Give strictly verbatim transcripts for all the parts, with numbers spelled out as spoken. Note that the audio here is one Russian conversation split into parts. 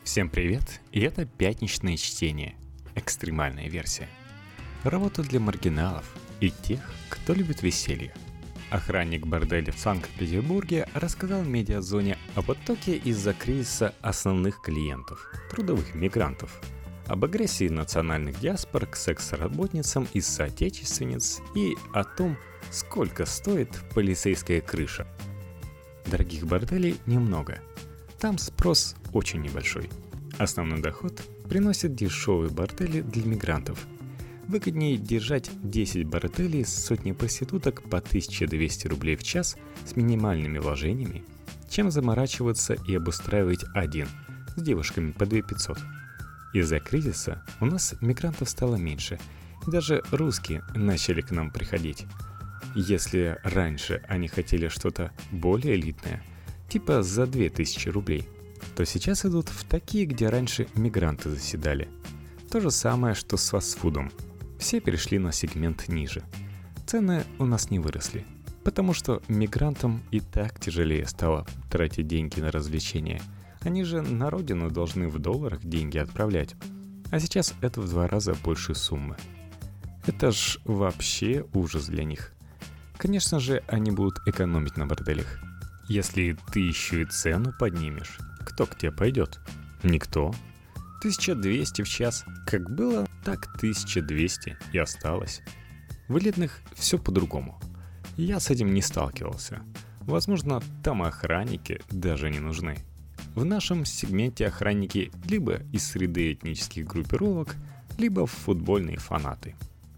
Всем привет, и это пятничное чтение, экстремальная версия. Работа для маргиналов и тех, кто любит веселье. Охранник борделя в Санкт-Петербурге рассказал медиазоне о потоке из-за кризиса основных клиентов – трудовых мигрантов, об агрессии национальных диаспор к секс-работницам из соотечественниц и о том, сколько стоит полицейская крыша. Дорогих борделей немного. Там спрос очень небольшой. Основной доход приносят дешевые бордели для мигрантов. Выгоднее держать десять борделей с сотней проституток по тысяча двести рублей в час с минимальными вложениями, чем заморачиваться и обустраивать один с девушками по две тысячи пятьсот. Из-за кризиса у нас мигрантов стало меньше, и даже русские начали к нам приходить. Если раньше они хотели что-то более элитное, типа за две тысячи рублей, то сейчас идут в такие, где раньше мигранты заседали. То же самое, что с фастфудом. Все перешли на сегмент ниже. Цены у нас не выросли, потому что мигрантам и так тяжелее стало тратить деньги на развлечения. Они же на родину должны в долларах деньги отправлять, а сейчас это в два раза больше суммы. Это ж вообще ужас для них. Конечно же, они будут экономить на борделях. Если ты еще и цену поднимешь, кто к тебе пойдет? Никто. тысяча двести в час. Как было, так тысяча двести и осталось. В элитных все по-другому. Я с этим не сталкивался. Возможно, там охранники даже не нужны. В нашем сегменте охранники либо из среды этнических группировок, либо футбольные фанаты.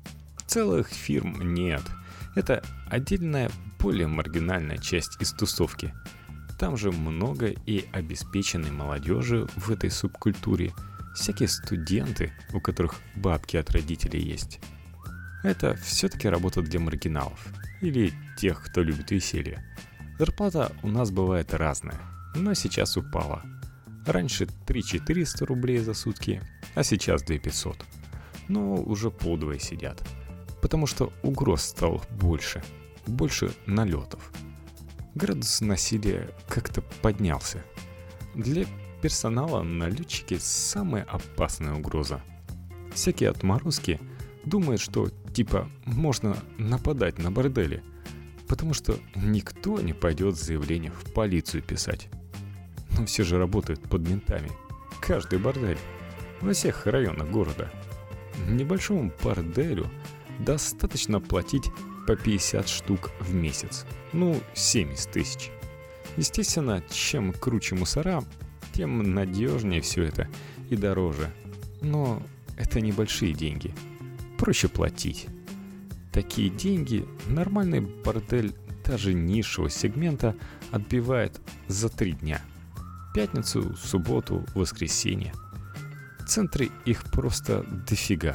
Целых фирм нет. Это отдельная, более маргинальная часть из тусовки. Там же много и обеспеченной молодежи в этой субкультуре, всякие студенты, у которых бабки от родителей есть. Это все-таки работа для маргиналов или тех, кто любит веселье. Зарплата у нас бывает разная, но сейчас упала. Раньше три тысячи четыреста рублей за сутки, а сейчас две тысячи пятьсот. Но уже подвое сидят, потому что угроз стало больше, больше налетов. Градус насилия как-то поднялся. Для персонала налетчики самая опасная угроза. Всякие отморозки думают, что типа можно нападать на бордели, потому что никто не пойдет заявление в полицию писать. Но все же работают под ментами. Каждый бордель. Во всех районах города. Небольшому борделю достаточно платить по пятьдесят штук в месяц. Ну, семьдесят тысяч. Естественно, чем круче мусора, тем надежнее все это и дороже. Но это небольшие деньги. Проще платить. Такие деньги нормальный бордель даже низшего сегмента отбивает за три дня. Пятницу, субботу, воскресенье. В центре их просто дофига.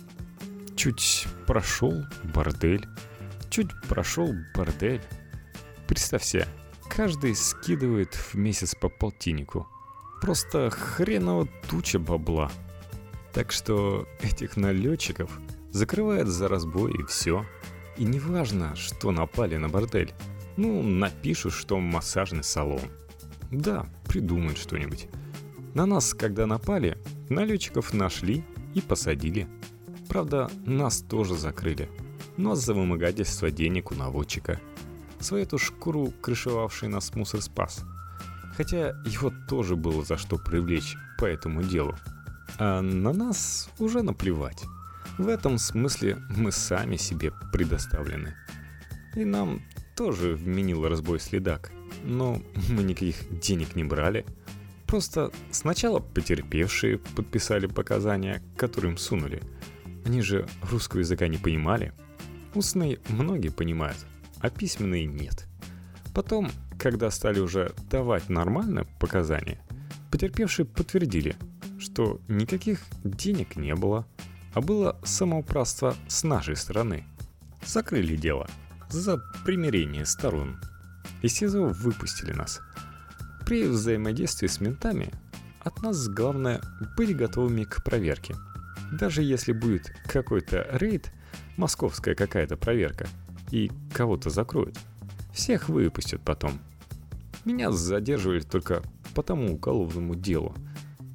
Чуть прошел бордель. Чуть прошел бордель. Представь себе, каждый скидывает в месяц по полтиннику. Просто хреново туча бабла. Так что этих налетчиков закрывают за разбой и все. И не важно, что напали на бордель. Ну, напишут, что массажный салон. Да, придумают что-нибудь. На нас, когда напали, налетчиков нашли и посадили. Правда, нас тоже закрыли. Но за вымогательство денег у наводчика. Свою-то шкуру крышевавший нас мусор спас. Хотя его тоже было за что привлечь по этому делу. А на нас уже наплевать. В этом смысле мы сами себе предоставлены. И нам тоже вменил разбой следак. Но мы никаких денег не брали. Просто сначала потерпевшие подписали показания, которые им сунули. Они же русского языка не понимали. Устные многие понимают, а письменные нет. Потом, когда стали уже давать нормальные показания, потерпевшие подтвердили, что никаких денег не было, а было самоуправство с нашей стороны. Закрыли дело за примирение сторон. Из СИЗО выпустили нас. При взаимодействии с ментами от нас главное быть готовыми к проверке. Даже если будет какой-то рейд, московская какая-то проверка, и кого-то закроют, всех выпустят потом. Меня задерживали только по тому уголовному делу.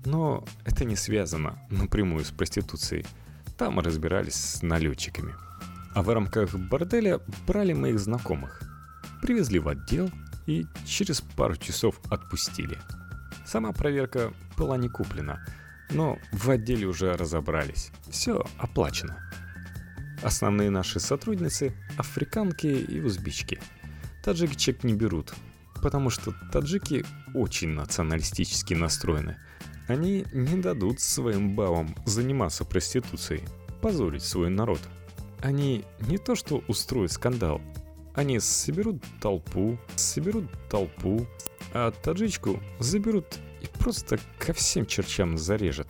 Но это не связано напрямую с проституцией. Там разбирались с налетчиками. А в рамках борделя брали моих знакомых. Привезли в отдел и через пару часов отпустили. Сама проверка была не куплена, но в отделе уже разобрались. Все оплачено. Основные наши сотрудницы – африканки и узбечки. Таджикичек не берут, потому что таджики очень националистически настроены. Они не дадут своим бабам заниматься проституцией, позорить свой народ. Они не то что устроят скандал, они соберут толпу, соберут толпу, а таджичку заберут и просто ко всем чертям зарежет.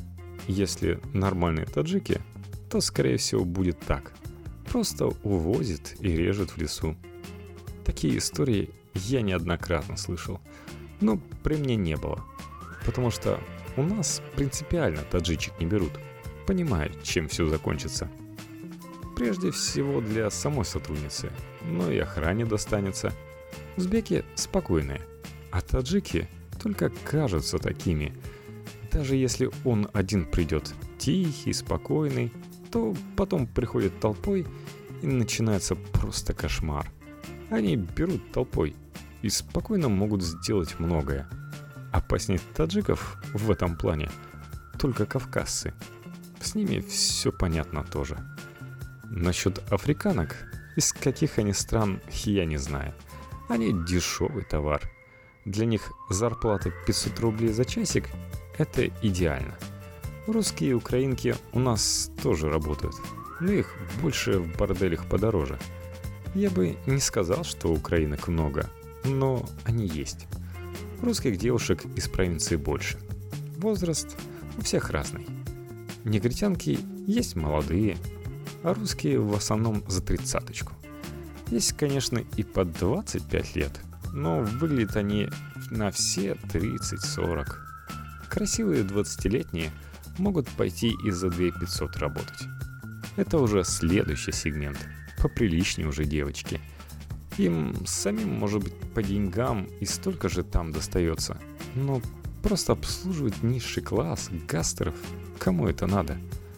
Если нормальные таджики, то, скорее всего, будет так. Просто увозят и режут в лесу. Такие истории я неоднократно слышал, но при мне не было. Потому что у нас принципиально таджичек не берут, понимают, чем все закончится. Прежде всего для самой сотрудницы, но и охране достанется. Узбеки спокойные, а таджики только кажутся такими. Даже если он один придет тихий, спокойный, то потом приходит толпой и начинается просто кошмар. Они берут толпой и спокойно могут сделать многое. Опаснее таджиков в этом плане только кавказцы. С ними все понятно тоже. Насчет африканок, из каких они стран, я не знаю. Они дешевый товар. Для них зарплата пятьсот рублей за часик – это идеально. Русские и украинки у нас тоже работают, но их больше в борделях подороже. Я бы не сказал, что украинок много, но они есть. Русских девушек из провинции больше. Возраст у всех разный. Негритянки есть молодые, а русские в основном за тридцаточку. Есть, конечно, и под двадцать пять лет, но выглядят они на все тридцать-сорок. Красивые двадцатилетние могут пойти и за две тысячи пятьсот работать. Это уже следующий сегмент, поприличнее уже девочки. Им самим, может быть, по деньгам и столько же там достается, но просто обслуживать низший класс, гастеров, кому это надо?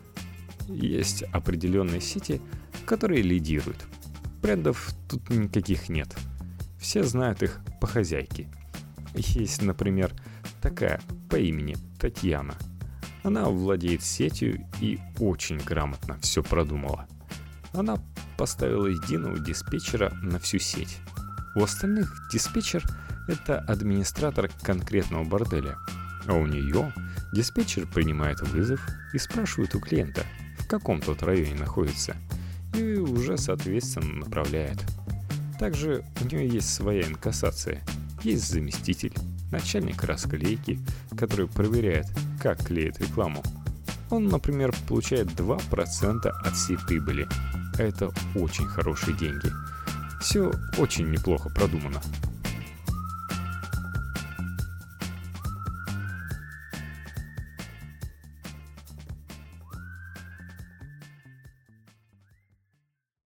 Есть определенные сети, которые лидируют. Брендов тут никаких нет. Все знают их по хозяйке. Есть, например, такая по имени Татьяна. Она владеет сетью и очень грамотно все продумала. Она поставила единого диспетчера на всю сеть. У остальных диспетчер – это администратор конкретного борделя, а у нее диспетчер принимает вызов и спрашивает у клиента, в каком тот районе находится, и уже, соответственно, направляет. Также у нее есть своя инкассация, есть заместитель, начальник расклейки, который проверяет, как клеит рекламу. Он, например, получает два процента от всей прибыли, а это очень хорошие деньги. Все очень неплохо продумано.